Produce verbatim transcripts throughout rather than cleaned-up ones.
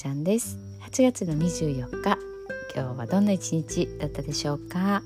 ちゃんです。はちがつのにじゅうよっか、今日はどんな一日だったでしょうか。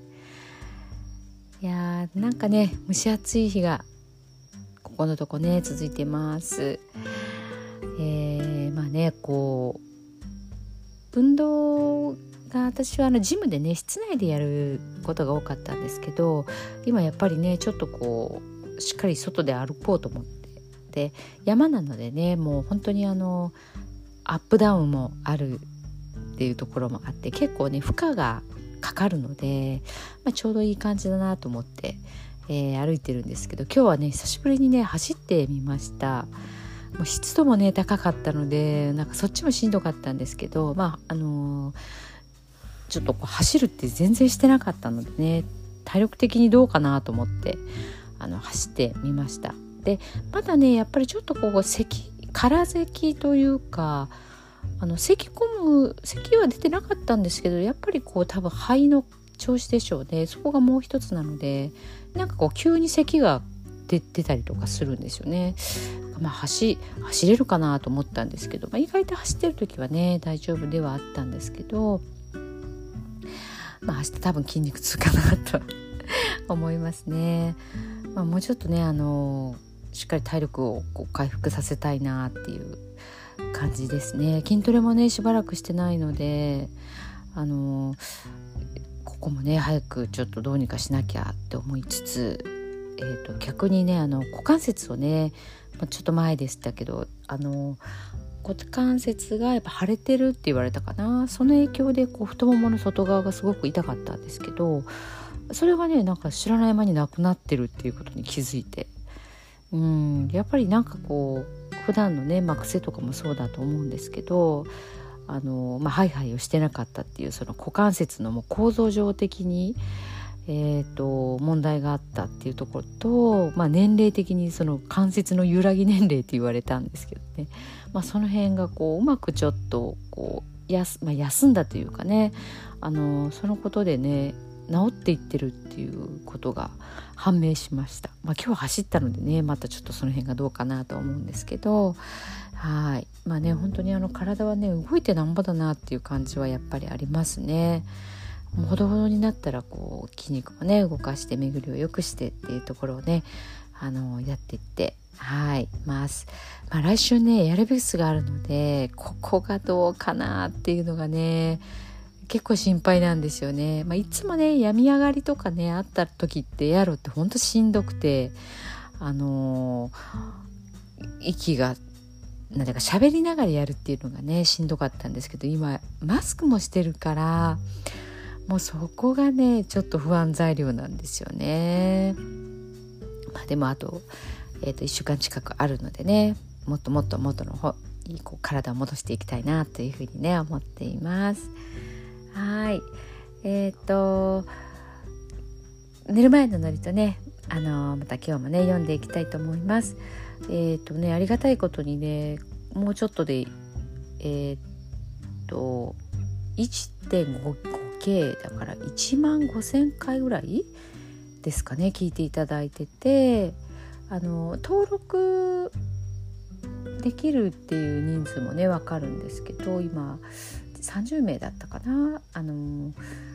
いやーなんかね蒸し暑い日がここのとこね続いてます。えー、まあねこう運動が私はあのジムでね室内でやることが多かったんですけど、今やっぱりねちょっとこうしっかり外で歩こうと思って、で山なのでねもう本当にあのアップダウンもあるっていうところもあって、結構ね負荷がかかるので、まあ、ちょうどいい感じだなと思って、えー、歩いてるんですけど、今日はね久しぶりにね走ってみました。もう湿度もね高かったのでなんかそっちもしんどかったんですけど、まああのー、ちょっとこう走るって全然してなかったのでね体力的にどうかなと思ってあの走ってみました。でまだねやっぱりちょっとこう咳空咳というか、あの咳込む咳は出てなかったんですけど、やっぱりこう多分肺の調子でしょうね。そこがもう一つなので、なんかこう急に咳が出てたりとかするんですよね。まあ、走, 走れるかなと思ったんですけど、まあ、意外と走ってる時はね大丈夫ではあったんですけど、まあ、明日多分筋肉痛かなと思いますね。まあ、もうちょっとねあのしっかり体力をこう回復させたいなっていう感じですね。筋トレもねしばらくしてないので、あのここもね早くちょっとどうにかしなきゃって思いつつ、えーと、逆にねあの股関節をねちょっと前でしたけど、あの股関節がやっぱ腫れてるって言われたかな。その影響でこう太ももの外側がすごく痛かったんですけど、それがねなんか知らない間になくなってるっていうことに気づいて、うんやっぱりなんかこう普段のね、まあ、癖とかもそうだと思うんですけど、あの、まあ、ハイハイをしてなかったっていうその股関節のもう構造上的に、えーと、問題があったっていうところと、まあ、年齢的にその関節の揺らぎ年齢って言われたんですけどね、まあ、その辺がこううまくちょっとこうやす、まあ、休んだというかね、あのそのことでね治っていってるっていうことが判明しました。まあ、今日走ったのでねまたちょっとその辺がどうかなと思うんですけど、はいまあね本当にあの体はね動いてなんぼだなっていう感じはやっぱりありますね。もうほどほどになったらこう筋肉もね動かして巡りを良くしてっていうところをねあのやっていってはいます。まあ、来週ねやるべきがあるので、ここがどうかなっていうのがね結構心配なんですよね。まあ、いつもね病み上がりとかねあった時ってやろうってほんとしんどくて、あのー、息がなんだか喋りながらやるっていうのがねしんどかったんですけど、今マスクもしてるからもうそこがねちょっと不安材料なんですよね。まあ、でもあと、えーといっしゅうかん近くあるのでね、もっともっと元の方にこう体を戻していきたいなというふうにね思っています。はいえっ、ー、と寝る前のノリとね、あのー、また今日もね読んでいきたいと思います。えっ、ー、とねありがたいことにねもうちょっとでえっ、ー、と いってんごケー だからいちまんごせんかいぐらいですかね聞いていただいてて、あの登録できるっていう人数もね分かるんですけど、今さんじゅうめいだったかな、あの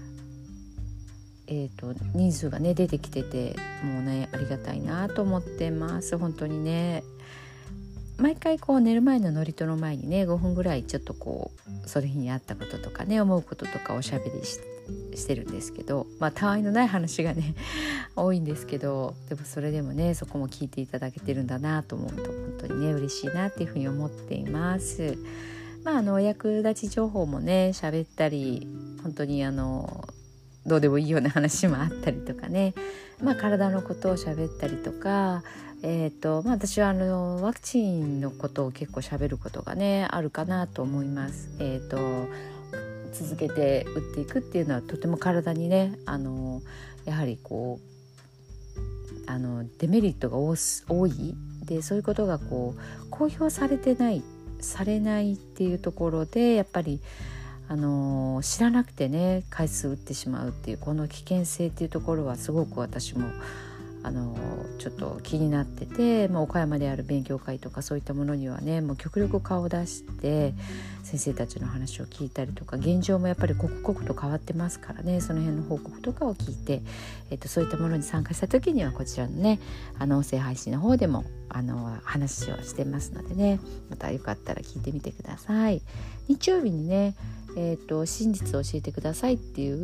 えーと人数がね出てきてて、もうねありがたいなと思ってます。本当にね毎回こう寝る前の祝詞の前にねごふんぐらいちょっとこうその日にあったこととかね思うこととかおしゃべり し, してるんですけど、まあたわいのない話がね多いんですけど、でもそれでもねそこも聞いていただけてるんだなと思うと本当にね嬉しいなっていうふうに思っています。まああのお役立ち情報もね喋ったり、本当にあのどうでもいいような話もあったりとかね、まあ体のことを喋ったりとか、えーとまあ、私はあのワクチンのことを結構喋ることがねあるかなと思います。えーと続けて打っていくっていうのはとても体にねあのやはりこうあのデメリットが多いで、そういうことがこう公表されてないされないっていうところでやっぱりあの知らなくてね回数打ってしまうっていうこの危険性っていうところはすごく私もあのちょっと気になってて、まあ、岡山である勉強会とかそういったものにはねもう極力顔を出して先生たちの話を聞いたりとか、現状もやっぱり刻々と変わってますからね、その辺の報告とかを聞いて、えっと、そういったものに参加した時にはこちらのねあの音声配信の方でもあの話をしてますのでね、またよかったら聞いてみてください。日曜日にねえー、と真実を教えてくださいっていう、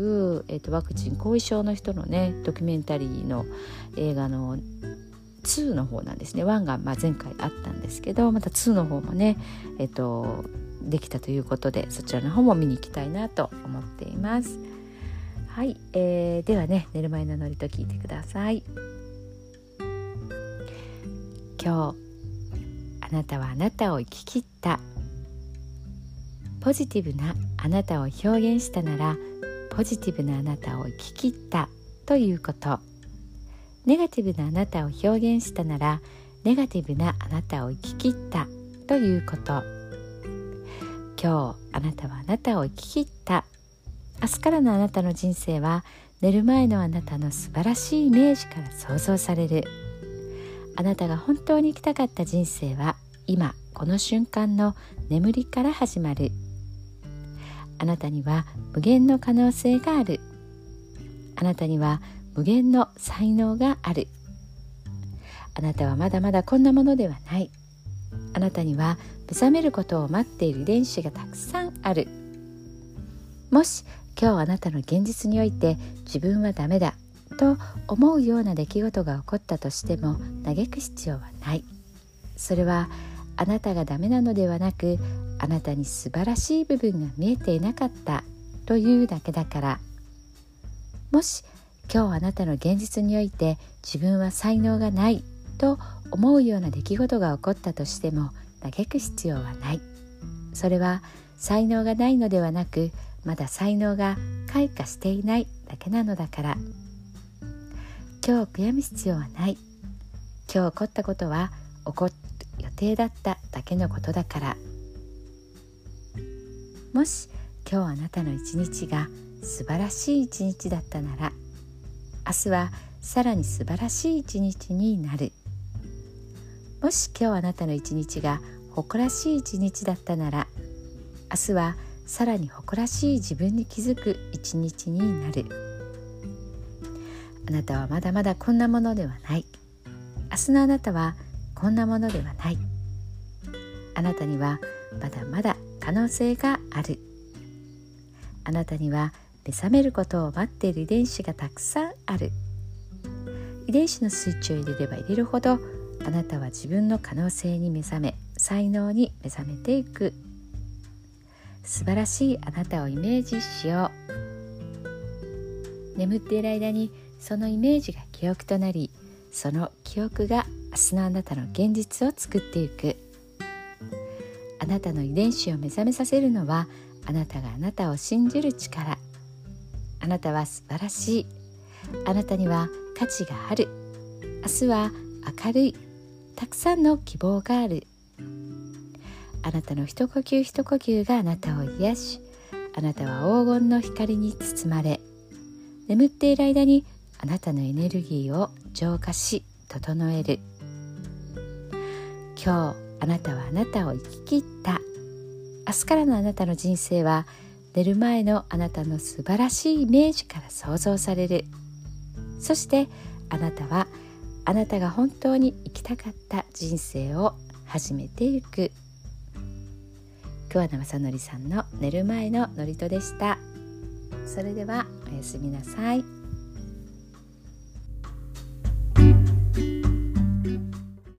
えー、とワクチン後遺症の人のねドキュメンタリーの映画のツーの方なんですね。ワンがまあ前回あったんですけど、またツーの方もね、えー、とできたということで、そちらの方も見に行きたいなと思っています。はい、えー、ではね寝る前の祝詞聞いてください。今日あなたはあなたを生き切った。ポジティブなあなたを表現したならポジティブなあなたを生き切ったということ。ネガティブなあなたを表現したならネガティブなあなたを生き切ったということ。今日あなたはあなたを生き切った。明日からのあなたの人生は寝る前のあなたの素晴らしいイメージから想像される。あなたが本当に生きたかった人生は今この瞬間の眠りから始まる。あなたには無限の可能性がある。あなたには無限の才能がある。あなたはまだまだこんなものではない。あなたには目覚めることを待っている遺伝子がたくさんある。もし今日あなたの現実において自分はダメだと思うような出来事が起こったとしても嘆く必要はない。それはあなたがダメなのではなく、あなたに素晴らしい部分が見えていなかったというだけだから。もし今日あなたの現実において自分は才能がないと思うような出来事が起こったとしても嘆く必要はない。それは才能がないのではなく、まだ才能が開花していないだけなのだから。今日悔やむ必要はない。今日起こったことは起こる予定だっただけのことだから。もし今日あなたの一日が素晴らしい一日だったなら、明日はさらに素晴らしい一日になる。もし今日あなたの一日が誇らしい一日だったなら、明日はさらに誇らしい自分に気づく一日になる。あなたはまだまだこんなものではない。明日のあなたはこんなものではない。あなたにはまだまだ可能性がある。あなたには目覚めることを待っている遺伝子がたくさんある。遺伝子のスイッチを入れれば入れるほど、あなたは自分の可能性に目覚め、才能に目覚めていく。素晴らしいあなたをイメージしよう。眠っている間にそのイメージが記憶となり、その記憶が明日のあなたの現実を作っていく。あなたの遺伝子を目覚めさせるのは、あなたがあなたを信じる力。あなたは素晴らしい。あなたには価値がある。明日は明るい。たくさんの希望がある。あなたの一呼吸一呼吸があなたを癒し、あなたは黄金の光に包まれ、眠っている間にあなたのエネルギーを浄化し整える。今日あなたはあなたを生き切った。明日からのあなたの人生は寝る前のあなたの素晴らしいイメージから想像される。そしてあなたはあなたが本当に生きたかった人生を始めていく。桑名正則さんの寝る前の祝詞でした。それではおやすみなさい。